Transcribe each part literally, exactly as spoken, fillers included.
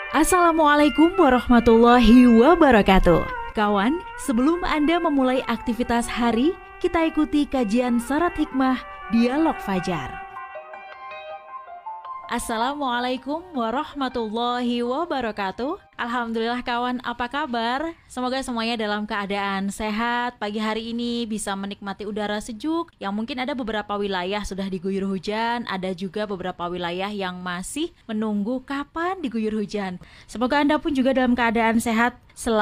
Assalamualaikum warahmatullahi wabarakatuh. Kawan, sebelum Anda memulai aktivitas hari, kita ikuti kajian syarat hikmah Dialog Fajar. Assalamualaikum warahmatullahi wabarakatuh. Alhamdulillah kawan, apa kabar? Semoga semuanya dalam keadaan sehat. Pagi hari ini bisa menikmati udara sejuk. Yang mungkin ada beberapa wilayah sudah diguyur hujan, ada juga beberapa wilayah yang masih menunggu kapan diguyur hujan. Semoga Anda pun juga dalam keadaan sehat,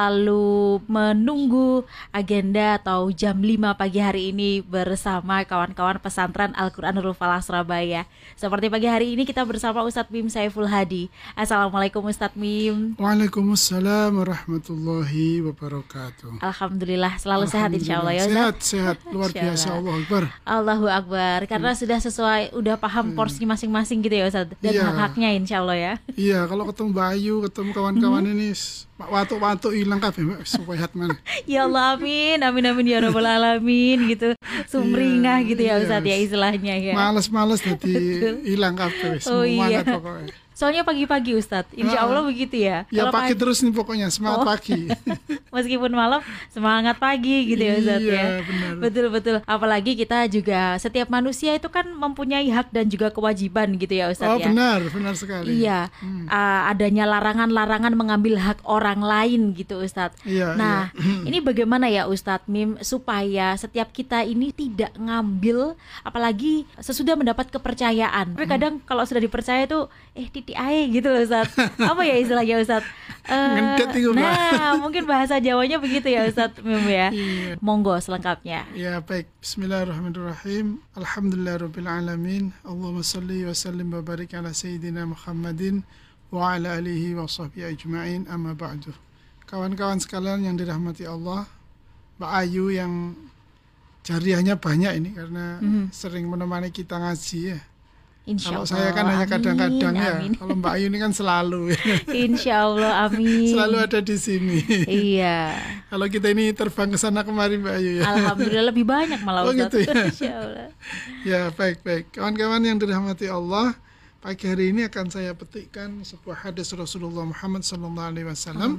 selalu menunggu agenda atau jam lima pagi hari ini bersama kawan-kawan pesantren Al-Quran Nurul Falah Surabaya. Seperti pagi hari ini kita bersama Ustadz Mim Saiful Hadi. Assalamualaikum Ustadz Mim. Waalaikumsalam warahmatullahi wabarakatuh. Alhamdulillah selalu sehat insya Allah ya Ustadz. Sehat, sehat, luar biasa. Allahu Akbar. Allahu Akbar. Karena hmm. sudah sesuai, udah paham porsi masing-masing gitu ya Ustadz. Dan iya. hak-haknya insya Allah ya. Iya, kalau ketemu Bayu, ketemu kawan-kawan hmm. ini watuk-watuk hilang kabeh supaya hat mana. Ya Allah, amin, amin amin ya rabbal alamin gitu. Sumringah gitu ya Ustadz ya istilahnya ya. Males-males jadi hilang kabeh oh, iya. pokoknya. Soalnya pagi-pagi Ustadz, insya Allah uh, begitu ya. Ya kalau pagi pagi terus nih pokoknya, semangat oh. pagi. Meskipun malam, semangat pagi gitu ya Ustadz iya, ya. Benar. Betul-betul. Apalagi kita juga, setiap manusia itu kan mempunyai hak dan juga kewajiban gitu ya Ustadz oh, ya. Oh benar, benar sekali. Iya, hmm. uh, adanya larangan-larangan mengambil hak orang lain gitu Ustadz. Iya, nah, iya. ini bagaimana ya Ustadz Mim supaya setiap kita ini tidak ngambil, apalagi sesudah mendapat kepercayaan. Tapi kadang kalau sudah dipercaya tuh, eh titik ae gitu loh Ustadz. Apa ya istilahnya Ustadz? Uh, nah, mungkin bahasa Jawanya begitu ya Ustadz Mim ya. Iya. Monggo selengkapnya. Ya baik. Bismillahirrahmanirrahim. Alhamdulillahirabbil alamin. Allahumma shalli wa sallim wa barik ala sayyidina Muhammadin wa ala alihi wa sahbihi ajma'in. Amma ba'du. Kawan-kawan sekalian yang dirahmati Allah, Mbak Ayu yang jariahnya banyak ini karena mm-hmm. sering menemani kita ngaji ya. Insya kalau Allah, saya kan hanya kadang-kadang ya, amin. Kalau Mbak Ayu ini kan selalu. Insya Allah, amin. Selalu ada di sini. Iya. Kalau kita ini terbang ke sana kemari Mbak Ayu ya. Alhamdulillah lebih banyak malah. Oh gitu ya. Insya Allah. Ya baik-baik. Kawan-kawan yang dirahmati Allah, pagi hari ini akan saya petikkan sebuah hadis Rasulullah Muhammad Sallallahu Alaihi Wasallam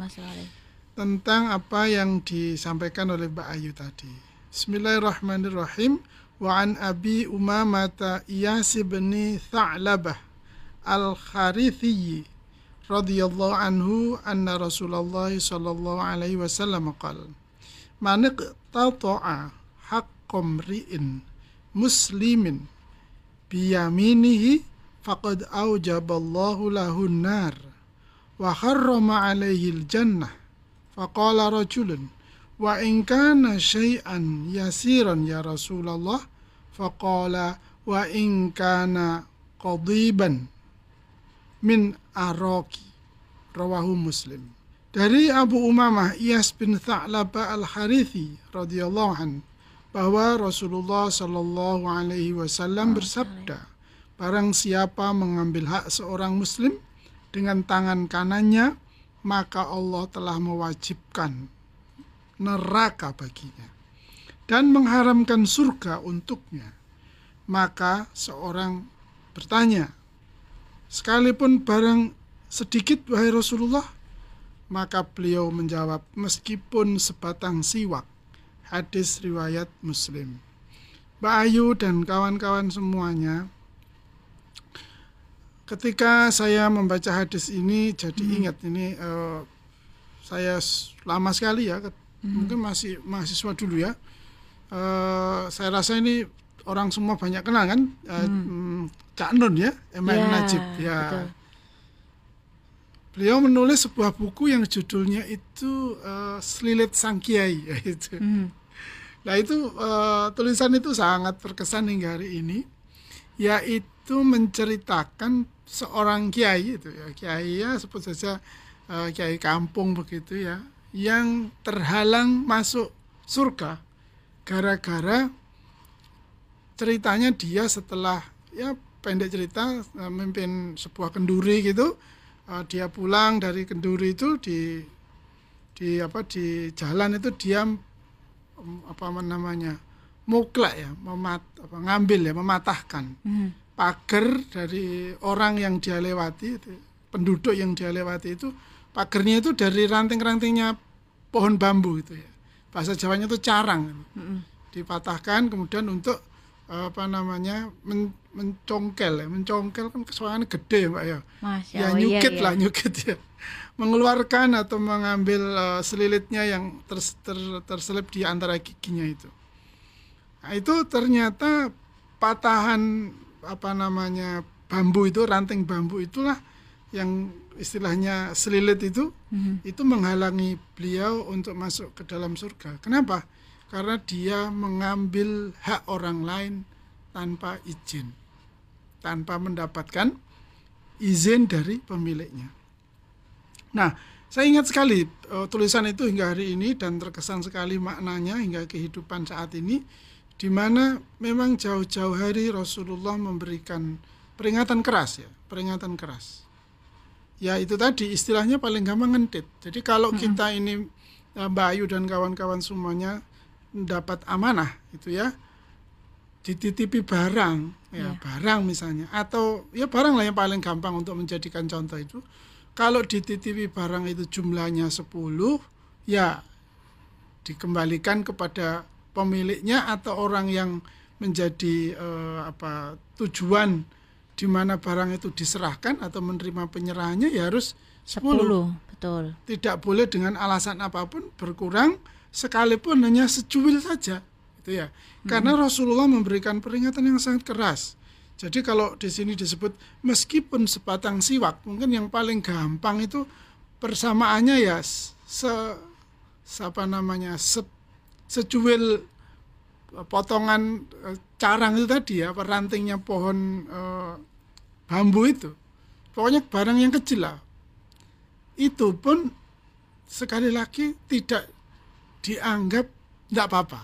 tentang apa yang disampaikan oleh Mbak Ayu tadi. Bismillahirrahmanirrahim. Wa an Abi Umamah Iyas bin Tha'labah Al-Kharithi radhiyallahu anhu anna Rasulullah sallallahu alaihi wasallam qala man iqtata'a haqqam ri'in muslimin biyaminihi faqad aujaballahu lahu an-nar wa harrama alaihi al-jannah faqala rajulun wa in kana syai'an yasiran ya Rasulullah faqala wa in kana qadiban min araqi rawahu Muslim. Dari Abu Umamah Iyas bin Tha'labah Al-Harithi radhiyallahu anhu bahwa Rasulullah sallallahu alaihi wasallam bersabda, barang siapa mengambil hak seorang muslim dengan tangan kanannya, maka Allah telah mewajibkan neraka baginya dan mengharamkan surga untuknya. Maka seorang bertanya, sekalipun barang sedikit wahai Rasulullah? Maka beliau menjawab, meskipun sebatang siwak. Hadis riwayat Muslim. Mbak Ayu dan kawan-kawan semuanya, ketika saya membaca hadis ini jadi hmm. ingat ini uh, saya lama sekali ya Hmm. mungkin masih mahasiswa dulu ya. Uh, saya rasa ini orang semua banyak kenal kan, uh, hmm. Cak Nun ya, Email yeah, Najib ya. Betul. Beliau menulis sebuah buku yang judulnya itu uh, Selilit Sang Kiai ya, itu. Hmm. Nah itu uh, tulisan itu sangat berkesan hingga hari ini, yaitu menceritakan seorang kiai itu ya, kiai ya sebut saja uh, kiai kampung begitu ya, yang terhalang masuk surga gara-gara ceritanya dia setelah ya pendek cerita memimpin sebuah kenduri gitu, uh, dia pulang dari kenduri itu di di apa di jalan itu dia um, apa namanya muklak ya, memat, apa, ngambil ya, mematahkan hmm. pagar dari orang yang dia lewati itu, penduduk yang dia lewati itu pagernya itu dari ranting-rantingnya pohon bambu itu ya. Bahasa Jawanya itu carang. Mm-hmm. Dipatahkan kemudian untuk apa namanya men, mencongkel ya. Mencongkel kan kesuangannya gede ya Mbak ya. Masya ya Allah, nyukit iya, lah iya. nyukit ya. Mengeluarkan atau mengambil uh, selilitnya yang ter, ter, terselip di antara giginya itu. Nah, itu ternyata patahan apa namanya bambu itu, ranting bambu itulah yang istilahnya selilit itu, mm-hmm. itu menghalangi beliau untuk masuk ke dalam surga. Kenapa? Karena dia mengambil hak orang lain tanpa izin, tanpa mendapatkan izin dari pemiliknya. Nah, saya ingat sekali uh, tulisan itu hingga hari ini dan terkesan sekali maknanya hingga kehidupan saat ini, di mana memang jauh-jauh hari Rasulullah memberikan peringatan keras ya, peringatan keras. Ya itu tadi istilahnya paling gampang ngentit. Jadi kalau hmm. kita ini Mbak Ayu dan kawan-kawan semuanya dapat amanah itu ya, dititipi barang ya, yeah. barang misalnya, atau ya barang lah yang paling gampang untuk menjadikan contoh itu. Kalau dititipi barang itu jumlahnya sepuluh, ya dikembalikan kepada pemiliknya atau orang yang menjadi eh, apa tujuan di mana barang itu diserahkan atau menerima penyerahannya ya harus sepuluh. sepuluh, betul. Tidak boleh dengan alasan apapun berkurang sekalipun hanya secuil saja, gitu ya. Hmm. Karena Rasulullah memberikan peringatan yang sangat keras. Jadi kalau di sini disebut meskipun sebatang siwak, mungkin yang paling gampang itu persamaannya ya se, se apa namanya se, secuil potongan carang itu tadi ya, rantingnya pohon eh, bambu itu. Pokoknya barang yang kecil lah. Itu pun sekali lagi tidak dianggap tidak apa-apa.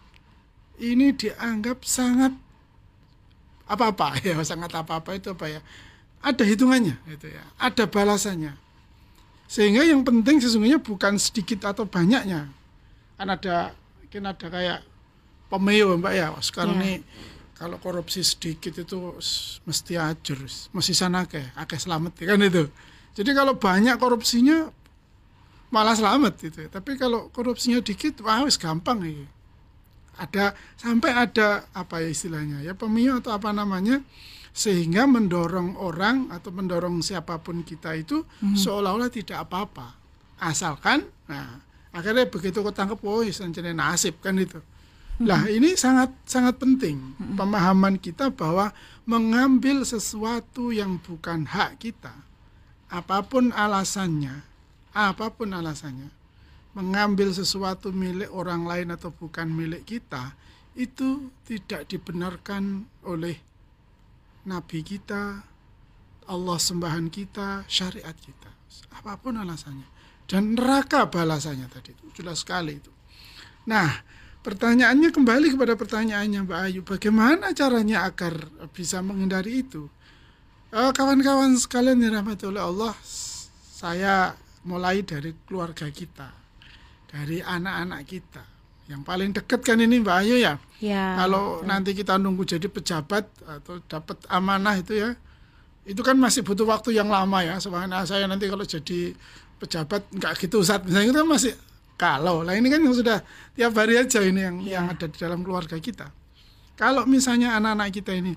Ini dianggap sangat apa-apa ya, sangat apa-apa itu apa ya? Ada hitungannya itu ya, ada balasannya. Sehingga yang penting sesungguhnya bukan sedikit atau banyaknya. Kan ada mungkin ada kayak pemeo Mbak ya, sekarang yeah. nih kalau korupsi sedikit itu mesti ajur, mesti sana akeh, akeh selamat kan itu. Jadi kalau banyak korupsinya malah selamat gitu. Tapi kalau korupsinya dikit, wah wis gampang nih. Ada sampai ada apa ya istilahnya ya pemio atau apa namanya, sehingga mendorong orang atau mendorong siapapun kita itu hmm. seolah-olah tidak apa-apa. Asalkan, nah akhirnya begitu ketangkep, oh istilahnya nasib kan itu. Lah ini sangat sangat penting pemahaman kita bahwa mengambil sesuatu yang bukan hak kita, apapun alasannya, apapun alasannya, mengambil sesuatu milik orang lain atau bukan milik kita, itu tidak dibenarkan oleh Nabi kita, Allah sembahan kita, syariat kita, apapun alasannya. Dan neraka balasannya tadi itu jelas sekali itu. Nah, pertanyaannya kembali kepada pertanyaannya Mbak Ayu, bagaimana caranya agar bisa menghindari itu? Eh, kawan-kawan sekalian dirahmati oleh Allah, saya mulai dari keluarga kita, dari anak-anak kita. Yang paling dekat kan ini Mbak Ayu ya. Ya, kalau betul. Nanti kita nunggu jadi pejabat atau dapat amanah itu ya, itu kan masih butuh waktu yang lama ya. Soalnya saya nanti kalau jadi pejabat enggak gitu Ustaz, misalnya itu kan masih kalau. Lah ini kan yang sudah tiap hari aja ini yang ya. yang ada di dalam keluarga kita. Kalau misalnya anak-anak kita ini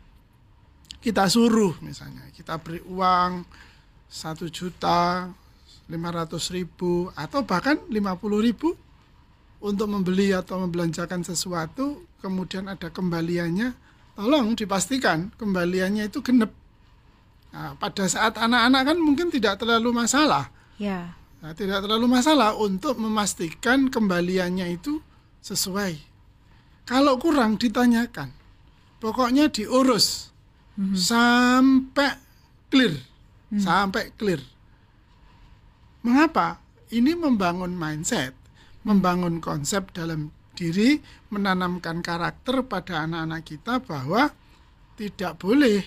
kita suruh misalnya, kita beri uang satu juta lima ratus ribu atau bahkan lima puluh ribu untuk membeli atau membelanjakan sesuatu, kemudian ada kembaliannya, tolong dipastikan kembaliannya itu genep. Nah, pada saat anak-anak kan mungkin tidak terlalu masalah, ya. Nah, tidak terlalu masalah untuk memastikan kembaliannya itu sesuai. Kalau kurang ditanyakan, pokoknya diurus mm-hmm. sampai clear, mm. sampai clear. Mengapa? Ini membangun mindset, membangun konsep dalam diri, menanamkan karakter pada anak-anak kita bahwa tidak boleh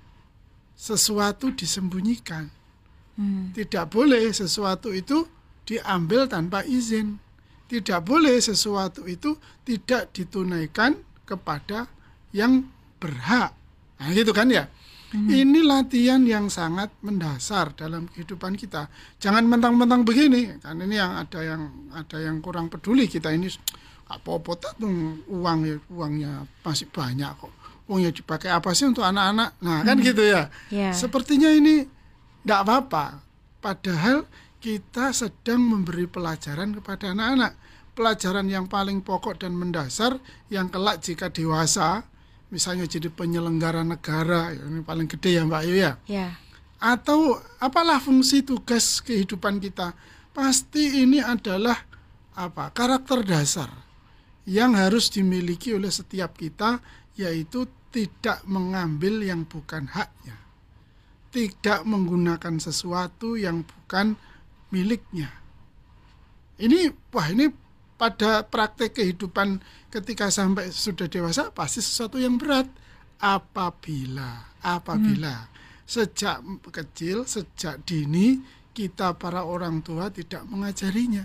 sesuatu disembunyikan. Hmm. Tidak boleh sesuatu itu diambil tanpa izin. Tidak boleh sesuatu itu tidak ditunaikan kepada yang berhak. Nah gitu kan ya. Hmm. Ini latihan yang sangat mendasar dalam kehidupan kita. Jangan mentang-mentang begini, kan ini yang ada yang ada yang kurang peduli kita ini apa-apa tuh uang ya, uangnya masih banyak kok. Uangnya dipakai apa sih untuk anak-anak? Nah, kan hmm. gitu ya. Yeah. Sepertinya ini enggak apa-apa. Padahal kita sedang memberi pelajaran kepada anak-anak. Pelajaran yang paling pokok dan mendasar yang kelak jika dewasa misalnya jadi penyelenggara negara, ya, ini paling gede ya Mbak Ayu ya. Yeah. Atau apalah fungsi tugas kehidupan kita, pasti ini adalah apa karakter dasar yang harus dimiliki oleh setiap kita, yaitu tidak mengambil yang bukan haknya, tidak menggunakan sesuatu yang bukan miliknya. Ini wah ini pada praktek kehidupan ketika sampai sudah dewasa pasti sesuatu yang berat apabila apabila hmm. sejak kecil, sejak dini kita para orang tua tidak mengajarinya.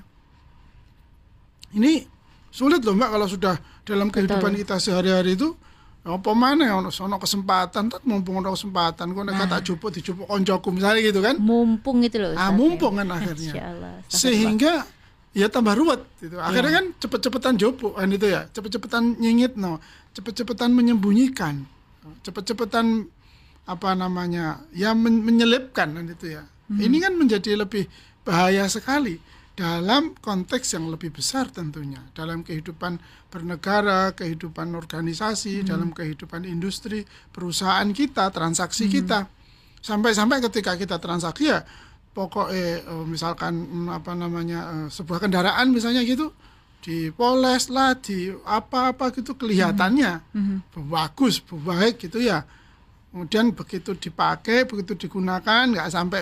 Ini sulit loh Mbak kalau sudah dalam kehidupan Betul. Kita sehari-hari itu apa mana ono ono kesempatan tak mumpung ono kesempatan kok nek kata jupuk dijupuk koncoku misalnya gitu kan. Mumpung itu loh. Ah mumpung kan akhirnya. Sehingga ya tambah ruwet gitu. Akhirnya yeah. kan cepet-cepetan jopo kan itu ya, cepet-cepetan nyingit no, cepet-cepetan menyembunyikan, cepet-cepetan apa namanya ya men- menyelipkan kan itu ya. Hmm. Ini kan menjadi lebih bahaya sekali dalam konteks yang lebih besar tentunya, dalam kehidupan bernegara, kehidupan organisasi, hmm. dalam kehidupan industri, perusahaan kita, transaksi hmm. kita. Sampai-sampai ketika kita transaksi ya pokok eh misalkan apa namanya sebuah kendaraan misalnya gitu dipoles lah di apa-apa gitu kelihatannya mm-hmm. bagus baik gitu ya, kemudian begitu dipakai begitu digunakan nggak sampai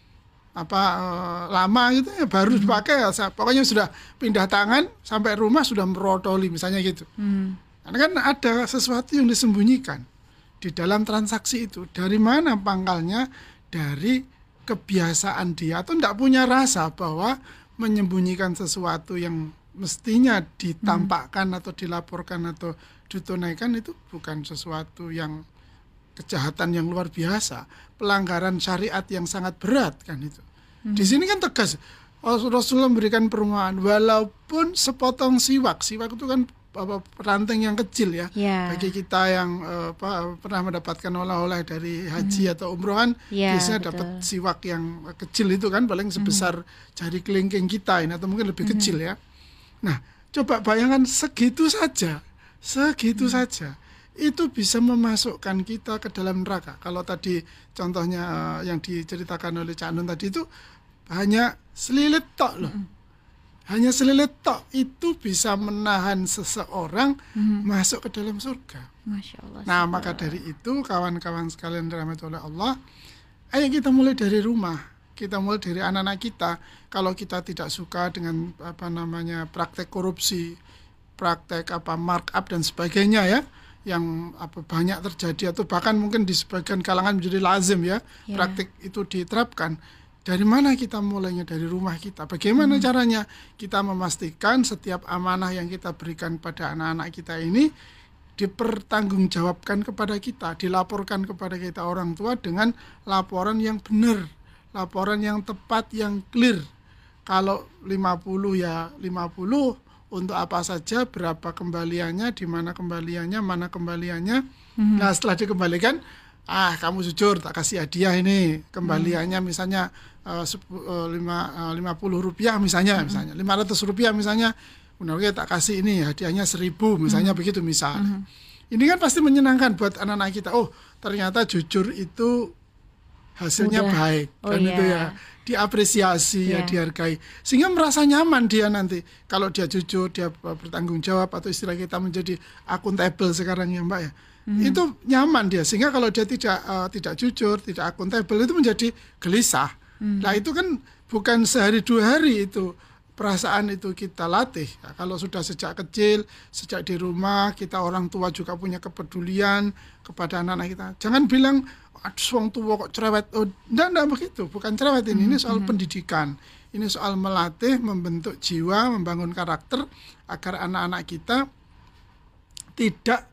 apa eh, lama gitu ya baru mm-hmm. dipakai ya, pokoknya sudah pindah tangan sampai rumah sudah merotoli misalnya gitu. Mm. Karena kan ada sesuatu yang disembunyikan di dalam transaksi itu. Dari mana pangkalnya? Dari kebiasaan dia atau tidak punya rasa bahwa menyembunyikan sesuatu yang mestinya ditampakkan hmm. atau dilaporkan atau ditunaikan itu bukan sesuatu yang kejahatan yang luar biasa, pelanggaran syariat yang sangat berat kan itu. Hmm. Di sini kan tegas Rasulullah memberikan perumpamaan walaupun sepotong siwak, siwak itu kan apa ranting yang kecil ya. Yeah. Bagi kita yang uh, apa, pernah mendapatkan oleh-oleh dari haji mm. atau umrohan, yeah, biasanya dapat siwak yang kecil itu kan paling sebesar mm. jari kelingking kita ini atau mungkin lebih mm. kecil ya. Nah, coba bayangkan segitu saja, segitu mm. saja itu bisa memasukkan kita ke dalam neraka. Kalau tadi contohnya uh, yang diceritakan oleh Cak Nun tadi itu hanya selilit tok loh. Mm. Hanya selilit tok itu bisa menahan seseorang hmm. masuk ke dalam surga. Masya Allah. Nah, maka dari itu kawan-kawan sekalian dirahmati oleh Allah, ayo kita mulai dari rumah. Kita mulai dari anak-anak kita. Kalau kita tidak suka dengan apa namanya praktek korupsi, praktek apa markup dan sebagainya ya, yang apa banyak terjadi atau bahkan mungkin di sebagian kalangan menjadi lazim ya, yeah. praktek itu diterapkan. Dari mana kita mulainya? Dari rumah kita. Bagaimana hmm. caranya kita memastikan setiap amanah yang kita berikan pada anak-anak kita ini dipertanggungjawabkan kepada kita, dilaporkan kepada kita orang tua dengan laporan yang benar, laporan yang tepat, yang clear. Kalau lima puluh ya lima puluh, untuk apa saja, berapa kembaliannya, di mana kembaliannya, mana kembaliannya. Hmm. Nah, setelah dikembalikan, ah kamu jujur tak kasih hadiah ini, kembaliannya hmm. misalnya Uh, uh, lima, uh, lima puluh rupiah misalnya, mm-hmm. misalnya lima ratus rupiah misalnya, kemudian tak kasih ini hadiahnya seribu misalnya, mm-hmm. begitu misal. Mm-hmm. Ini kan pasti menyenangkan buat anak-anak kita. Oh ternyata jujur itu hasilnya Udah. baik oh, dan yeah. itu ya diapresiasi yeah. ya dihargai, sehingga merasa nyaman dia nanti kalau dia jujur, dia bertanggung jawab atau istilah kita menjadi akuntabel sekarang ya Mbak ya. Mm-hmm. Itu nyaman dia, sehingga kalau dia tidak uh, tidak jujur, tidak akuntabel itu menjadi gelisah. Hmm. Nah itu kan bukan sehari dua hari itu perasaan itu kita latih. Nah, kalau sudah sejak kecil, sejak di rumah kita orang tua juga punya kepedulian kepada anak-anak kita. Jangan bilang aduh wong tua kok cerewet. Oh, enggak, enggak begitu. Bukan cerewet ini. Hmm. Ini soal hmm. pendidikan. Ini soal melatih, membentuk jiwa, membangun karakter agar anak-anak kita tidak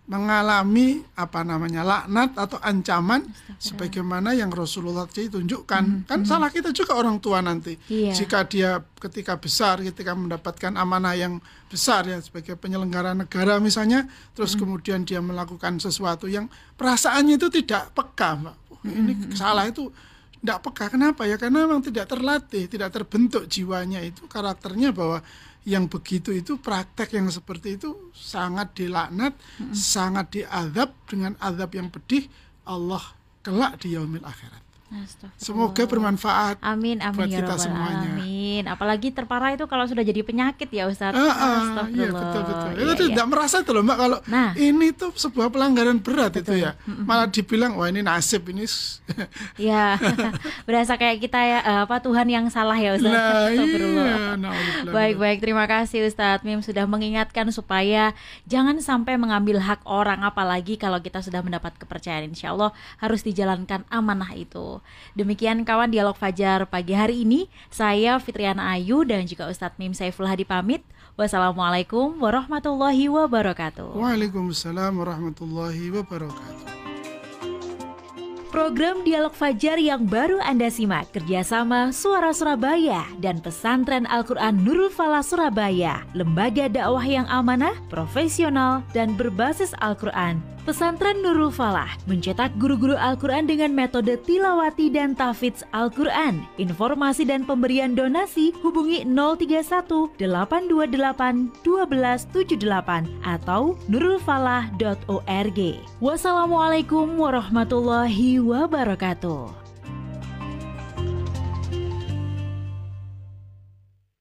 mengalami apa namanya laknat atau ancaman sebagaimana yang Rasulullah tunjukkan. Mm-hmm. Kan salah kita juga orang tua nanti. Yeah. Jika dia ketika besar, ketika mendapatkan amanah yang besar ya sebagai penyelenggara negara misalnya, terus mm-hmm. kemudian dia melakukan sesuatu yang perasaannya itu tidak peka, Mbak. Oh, ini mm-hmm. salah itu tidak peka. Kenapa ya? Karena memang tidak terlatih, tidak terbentuk jiwanya itu, karakternya bahwa yang begitu itu, praktek yang seperti itu sangat dilaknat, mm-hmm. sangat diazab dengan azab yang pedih Allah kelak di yaumil akhirat. Semoga bermanfaat. Amin, amin buat ya kita rabbal semuanya. Amin. Apalagi terparah itu kalau sudah jadi penyakit ya Ustaz. Uh, uh, iya betul betul. Iya, itu iya. tidak merasa itu loh Mbak kalau nah, ini tuh sebuah pelanggaran berat betul. Itu ya. Malah dibilang wah ini nasib ini. Iya. Berasa kayak kita ya apa Tuhan yang salah ya Ustaz. Nah, iya. Nah, Baik-baik, terima kasih Ustaz Mim sudah mengingatkan supaya jangan sampai mengambil hak orang, apalagi kalau kita sudah mendapat kepercayaan. Insya Allah harus dijalankan amanah itu. Demikian kawan Dialog Fajar pagi hari ini. Saya Fitriana Ayu dan juga Ustadz Mim Saiful Hadi pamit. Wassalamualaikum warahmatullahi wabarakatuh. Waalaikumsalam warahmatullahi wabarakatuh. Program Dialog Fajar yang baru Anda simak kerjasama Suara Surabaya dan Pesantren Al-Quran Nurul Falah Surabaya, lembaga dakwah yang amanah, profesional, dan berbasis Al-Quran. Pesantren Nurul Falah mencetak guru-guru Al-Quran dengan metode tilawati dan tahfidz Al-Quran. Informasi dan pemberian donasi hubungi nol tiga satu delapan dua delapan satu dua tujuh delapan atau nurulfalah dot org. Wassalamualaikum warahmatullahi wabarakatuh.